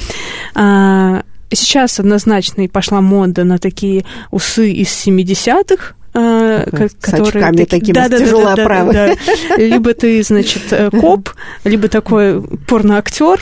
сейчас однозначно и пошла мода на такие усы из семидесятых, Такой, которые... С очками таки... такими, да, с да, тяжелой да, оправой. Да, да, да. Либо ты, значит, коп, либо такой порноактер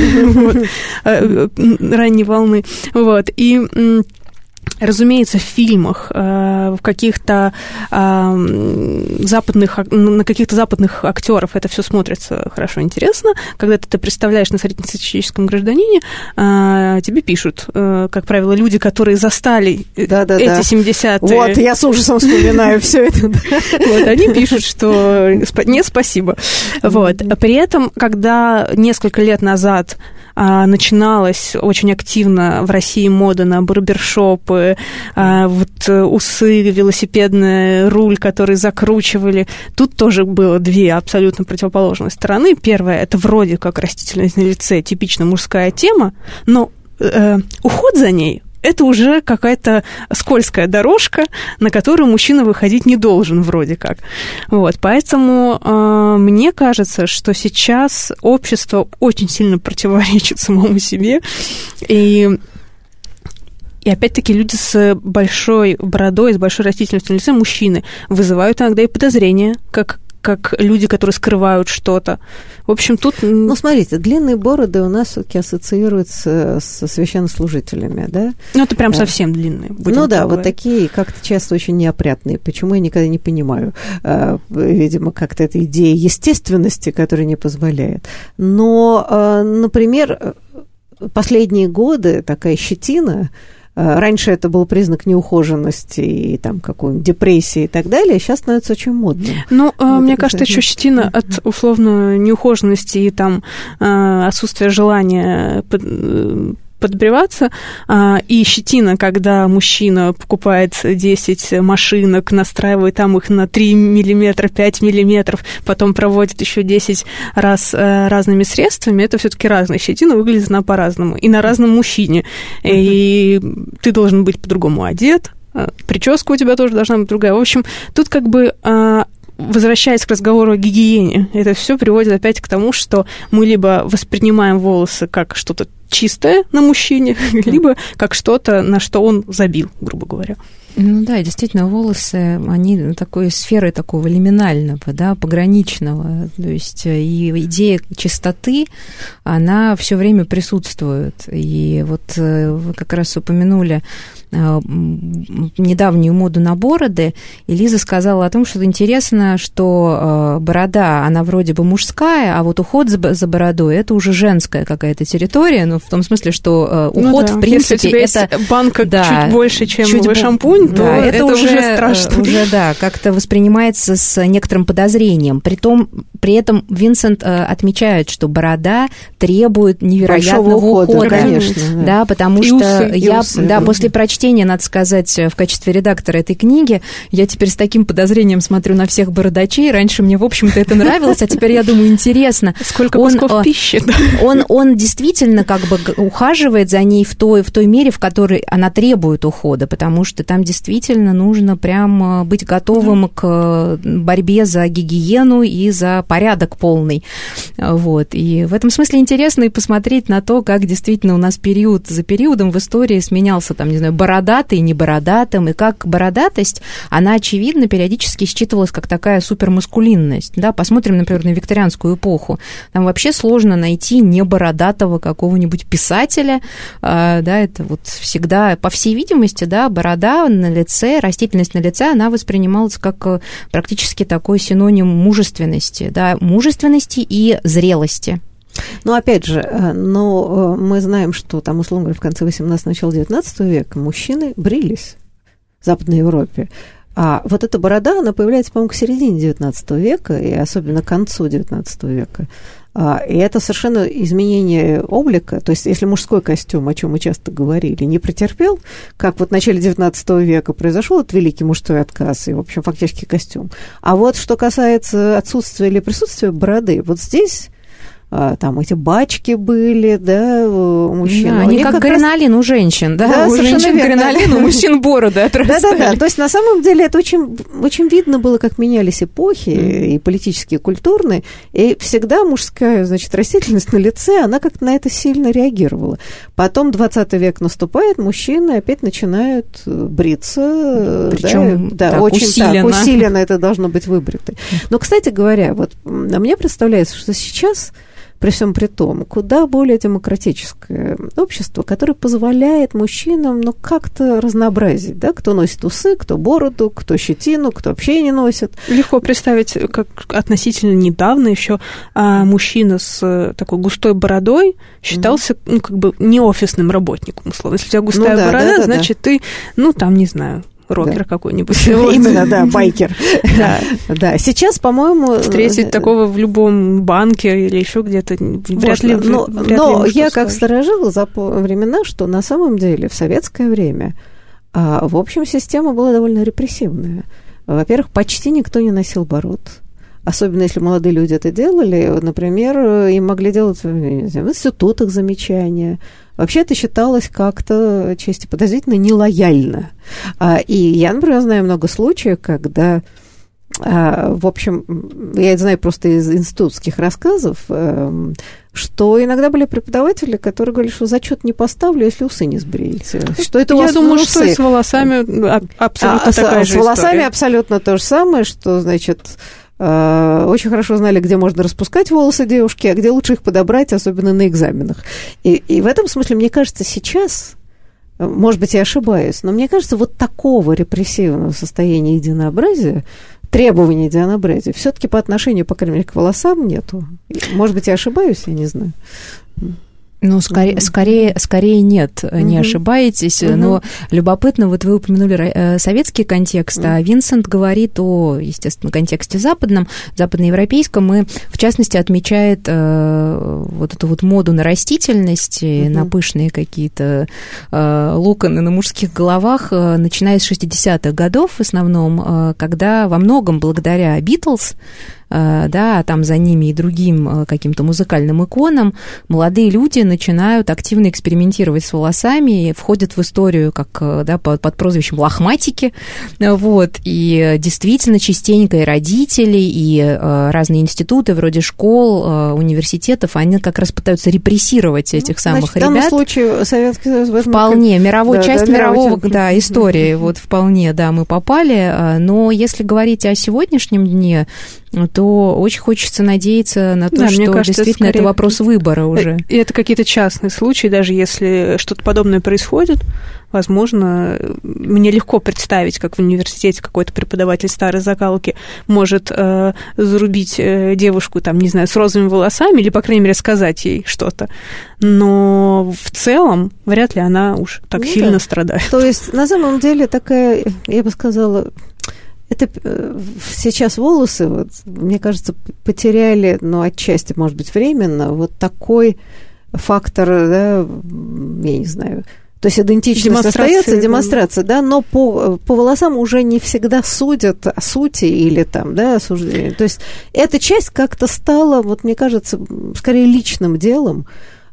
ранней волны. Вот. И... Разумеется, в фильмах, в каких-то западных, на каких-то западных актеров это все смотрится хорошо, интересно. Когда ты это представляешь на среднестатистическом гражданине, тебе пишут, как правило, люди, которые застали да, да, эти да. семидесятые. Вот, я с ужасом вспоминаю все это. Вот, они пишут, что нет, спасибо. Вот. При этом, когда несколько лет назад начиналась очень активно в России мода на барбершопы, вот усы, велосипедный руль, который закручивали. Тут тоже было две абсолютно противоположные стороны. Первая – это вроде как растительность на лице, типично мужская тема, но э, уход за ней – это уже какая-то скользкая дорожка, на которую мужчина выходить не должен вроде как. Вот, поэтому э, мне кажется, что сейчас общество очень сильно противоречит самому себе. И, и опять-таки люди с большой бородой, с большой растительностью на лице, мужчины, вызывают иногда и подозрения, как как люди, которые скрывают что-то. В общем, тут... Ну, смотрите, длинные бороды у нас все-таки ассоциируются со священнослужителями, да? Ну, это прям совсем длинные. Ну да, вот такие как-то часто очень неопрятные. Почему, я никогда не понимаю. Видимо, как-то эта идея естественности, которая не позволяет. Но, например, последние годы такая щетина... Раньше это был признак неухоженности и там какой-нибудь депрессии и так далее, сейчас становится очень модным. Ну, вот мне кажется, еще щетина от условно неухоженности и там отсутствия желания подбриваться, и щетина, когда мужчина покупает десять машинок, настраивает там их на три миллиметра, пять миллиметров, потом проводит еще десять раз разными средствами, это все-таки разная щетина, выглядит она по-разному, и на разном мужчине. Uh-huh. И ты должен быть по-другому одет, прическа у тебя тоже должна быть другая. В общем, тут как бы... Возвращаясь к разговору о гигиене, это все приводит опять к тому, что мы либо воспринимаем волосы как что-то чистое на мужчине, либо как что-то, на что он забил, грубо говоря. Ну да, действительно, волосы, они такой сферы такого лиминального, да, пограничного. То есть и идея чистоты, она все время присутствует. И вот вы как раз упомянули недавнюю моду на бороды, и Лиза сказала о том, что интересно, что борода, она вроде бы мужская, а вот уход за бородой – это уже женская какая-то территория, ну, в том смысле, что уход, ну, да. в принципе, если у тебя это... есть банка да, чуть больше, чем чуть чуть шампунь, то да, это, это уже, уже страшно. Уже, да, как-то воспринимается с некоторым подозрением. Притом, при этом Винсент отмечает, что борода требует невероятного ухода, ухода конечно, да, да, потому и что усы, я, усы, да, да. после прочтения, надо сказать, в качестве редактора этой книги, я теперь с таким подозрением смотрю на всех бородачей. Раньше мне, в общем-то, это нравилось, а теперь я думаю, интересно. Сколько он, кусков пищи. Он, он действительно как бы ухаживает за ней в той, в той мере, в которой она требует ухода, потому что там действительно нужно прям быть готовым да. к борьбе за гигиену и за порядок полный. Вот. И в этом смысле интересно и посмотреть на то, как действительно у нас период за периодом в истории сменялся, там, не знаю, бородатый, не бородатым, и как бородатость, она, очевидно, периодически считывалась как такая супермаскулинность. Да? Посмотрим, например, на викторианскую эпоху. Там вообще сложно найти небородатого какого-нибудь писателя. Да, это вот всегда, по всей видимости, да, борода на лице, растительность на лице, она воспринималась как практически такой синоним мужественности, да, мужественности и зрелости. Ну, опять же, но мы знаем, что там, условно говоря, в конце восемнадцатого, начало девятнадцатого века мужчины брились в Западной Европе. А вот эта борода, она появляется, по-моему, к середине девятнадцатого века, и особенно к концу девятнадцатого века. И это совершенно изменение облика. То есть, если мужской костюм, о чем мы часто говорили, не претерпел, как вот в начале девятнадцатого века произошел этот великий мужской отказ, и, в общем, фактически костюм. А вот что касается отсутствия или присутствия бороды, вот здесь... Там эти бачки были, да, у мужчин. Да, они как, как гранолин раз... у женщин, да, да у женщин гранолин, у мужчин бороды отрастали. Да-да-да, то есть на самом деле это очень, очень видно было, как менялись эпохи, mm. и политические, и культурные, и всегда мужская, значит, растительность на лице, она как-то на это сильно реагировала. Потом двадцатый век наступает, мужчины опять начинают бриться. Причем да, так, да, очень усиленно. Так, усиленно это должно быть выбрито. Но, кстати говоря, вот мне представляется, что сейчас... При всем при том, куда более демократическое общество, которое позволяет мужчинам, ну, как-то разнообразить, да, кто носит усы, кто бороду, кто щетину, кто вообще не носит. Легко представить, как относительно недавно еще а, мужчина с такой густой бородой считался, mm-hmm. ну, как бы не офисным работником, условно. Если у тебя густая ну, да, борода, да, да, значит, да. ты, ну, там, не знаю, рокер да. какой-нибудь. Именно, да, байкер. да. да, сейчас, по-моему... Встретить такого в любом банке или еще где-то вряд ли. Но, вряд но ли я как сторожила за времена, что на самом деле в советское время, а, в общем, система была довольно репрессивная. Во-первых, почти никто не носил бород. Особенно если молодые люди это делали, например, им могли делать в институтах замечания. Вообще это считалось как-то чисто подозрительно нелояльно. И я, например, знаю много случаев, когда, в общем, я это знаю просто из институтских рассказов, что иногда были преподаватели, которые говорили, что зачет не поставлю, если усы не сбреете. Что это у вас Я думаю, усы. Что и с волосами абсолютно а, такая а, же С волосами история. Абсолютно то же самое, что, значит... очень хорошо знали, где можно распускать волосы девушки, а где лучше их подобрать, особенно на экзаменах. И, и в этом смысле, мне кажется, сейчас, может быть, я ошибаюсь, но мне кажется, вот такого репрессивного состояния единообразия, требований единообразия, все-таки по отношению, по крайней мере, к волосам нету. Может быть, я ошибаюсь, я не знаю. Ну, скорее, скорее, скорее нет, uh-huh. не ошибаетесь. Uh-huh. Но любопытно, вот вы упомянули советский контекст, uh-huh. а Винсент говорит о, естественно, контексте западном, западноевропейском, и, в частности, отмечает э, вот эту вот моду на растительность, uh-huh. на пышные какие-то э, локоны на мужских головах, э, начиная с шестидесятых годов в основном, э, когда во многом благодаря Битлз, да, там за ними и другим каким-то музыкальным иконам, молодые люди начинают активно экспериментировать с волосами, входят в историю как, да, под, под прозвищем лохматики, вот, и действительно частенько и родители, и разные институты, вроде школ, университетов, они как раз пытаются репрессировать этих, ну, самых значит, ребят. В данном случае Советский Союз возьмет... Вполне, мировой, да, часть да, мирового, да, истории, mm-hmm. вот вполне, да, мы попали, но если говорить о сегодняшнем дне, то очень хочется надеяться на то, да, что кажется, действительно это, скорее... это вопрос выбора уже. И это какие-то частные случаи, даже если что-то подобное происходит, возможно, мне легко представить, как в университете какой-то преподаватель старой закалки может э, зарубить э, девушку, там, не знаю, с розовыми волосами, или, по крайней мере, сказать ей что-то. Но в целом вряд ли она уж так ну, сильно да. страдает. То есть, на самом деле, такая, я бы сказала... Это сейчас волосы, вот, мне кажется, потеряли, ну, отчасти, может быть, временно, вот такой фактор, да, я не знаю, то есть идентичность остается, демонстрация, да, но по, по волосам уже не всегда судят о сути или там, да, осуждение. То есть эта часть как-то стала, вот, мне кажется, скорее личным делом,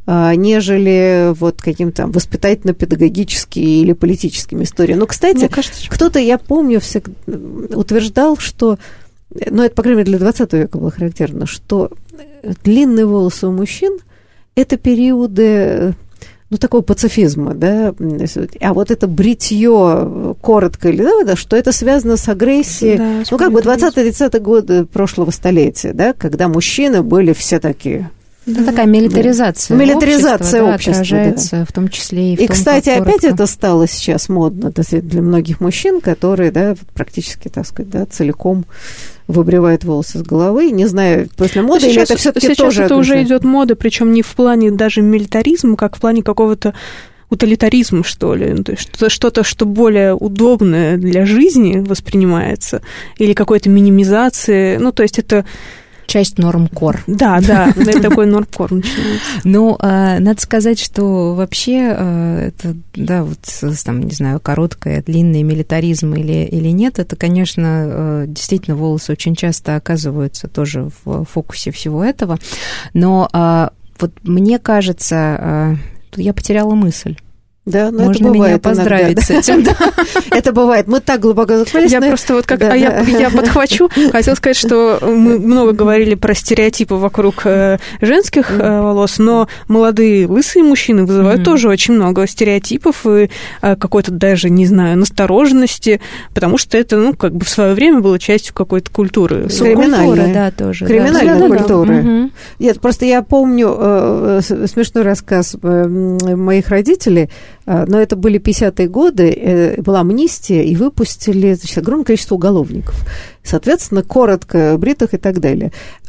нежели вот каким-то воспитательно-педагогическими или политическими историями. Но, кстати, кажется, кто-то, я помню, всегда утверждал, что, ну, это, по крайней мере, для двадцатого века было характерно, что длинные волосы у мужчин – это периоды, ну, такого пацифизма, да, а вот это бритье коротко, или, да, что это связано с агрессией, да, ну, как бы двадцатые-тридцатые годы прошлого столетия, да, когда мужчины были все такие... Это такая милитаризация, да. Милитаризация общества, общества, да, отражается, да. в том числе и в И, том, кстати, как опять коротко. Это стало сейчас модно для многих мужчин, которые, да, практически, так сказать, да, целиком выбривают волосы с головы. Не знаю, после моды, или это все-таки тоже... Сейчас это уже идет мода, причем не в плане даже милитаризма, как в плане какого-то утилитаризма, что ли, то есть что-то, что более удобное для жизни воспринимается, или какой-то минимизации, ну, то есть это... Часть нормкор. Да, да, это такой нормкор начинается. Ну, надо сказать, что вообще это, да, вот там, не знаю, короткое, длинное милитаризм или, или нет, это, конечно, действительно волосы очень часто оказываются тоже в фокусе всего этого. Но вот мне кажется, я потеряла мысль. Да, но можно это бывает меня поздравить иногда, с этим. Да. Это бывает. Мы так глубоко закрылись. Я но... просто вот как... Да, а да. Я, я подхвачу. Хотела сказать, что мы много говорили про стереотипы вокруг э, женских э, волос, но молодые лысые мужчины вызывают mm-hmm. тоже очень много стереотипов и э, какой-то даже, не знаю, настороженности, потому что это, ну, как бы в свое время было частью какой-то культуры. Криминальная, да, тоже. Криминальная да. культура. Mm-hmm. Нет, просто я помню э, смешной рассказ э, моих родителей, но это были пятидесятые годы, была амнистия, и выпустили, значит, огромное количество уголовников. Соответственно, коротко бритых и так далее.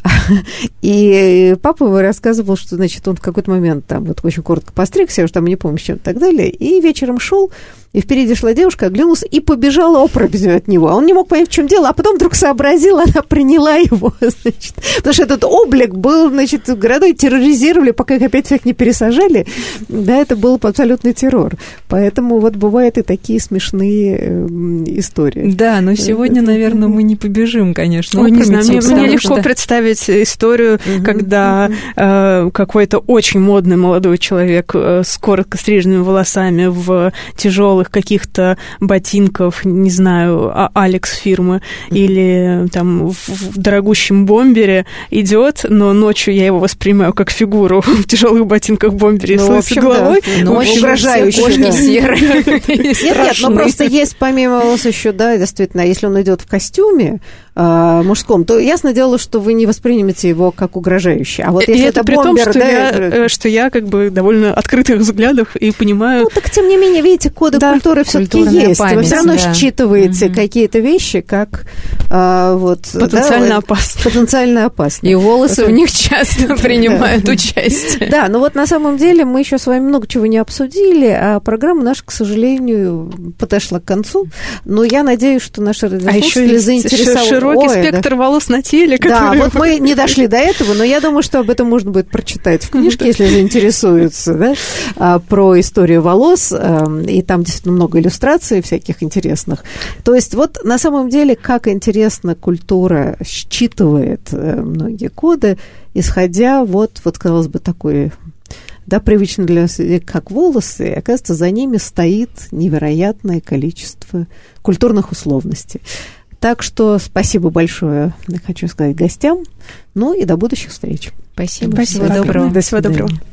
И папа его рассказывал, что, значит, он в какой-то момент там вот очень коротко постригся, я уже там не помню, с чем и так далее, и вечером шел, и впереди шла девушка, оглянулась и побежала опрометью от него. А он не мог понять, в чем дело, а потом вдруг сообразил, она приняла его, значит, потому что этот облик был, значит, городой терроризировали, пока их опять всех не пересажали. Да, это был абсолютный террор. Поэтому вот бывают и такие смешные э, истории. Да, но сегодня, наверное, мы не побежим, конечно. Ой, не знаю, мне, мне легко что... представить историю, mm-hmm. когда э, какой-то очень модный молодой человек э, с коротко стриженными волосами в тяжелых каких-то ботинках, не знаю, Алекс фирмы, mm-hmm. или там в, в дорогущем бомбере идет, но ночью я его воспринимаю как фигуру в тяжелых ботинках бомбере ну, с лысой головой. Да. Ну, угрожающий, да. Нет, нет, но просто есть помимо волос еще, да, действительно, если он идет в костюме, э, мужском, то ясно дело, что вы не воспримете его как угрожающий. А вот если и это, это при бомбер, том, что, да, я, что я как бы довольно открытых взглядов и понимаю... Ну, так тем не менее, видите, коды да, культуры все-таки есть. Память, вы все равно да. считываете угу. какие-то вещи, как а, вот... Потенциально да, опасные. Потенциально опасные. И волосы в них часто принимают участие. Да, но вот на самом деле мы еще с вами много чего не обсудили, а программа наша, к сожалению, подошла к концу. Но я надеюсь, что наши радиослушатели заинтересованы. Широкий спектр волос на теле. Да, вот мы не дошли до этого, но я думаю, что об этом можно будет прочитать в книжке, если заинтересуются, да, про историю волос, и там действительно много иллюстраций всяких интересных. То есть вот на самом деле, как интересно культура считывает многие коды, исходя вот, вот казалось бы, такой, да, привычно для нас, как волосы, и, оказывается, за ними стоит невероятное количество культурных условностей. Так что спасибо большое, хочу сказать, гостям, ну и до будущих встреч. Спасибо. Спасибо. Всего доброго. До всего доброго.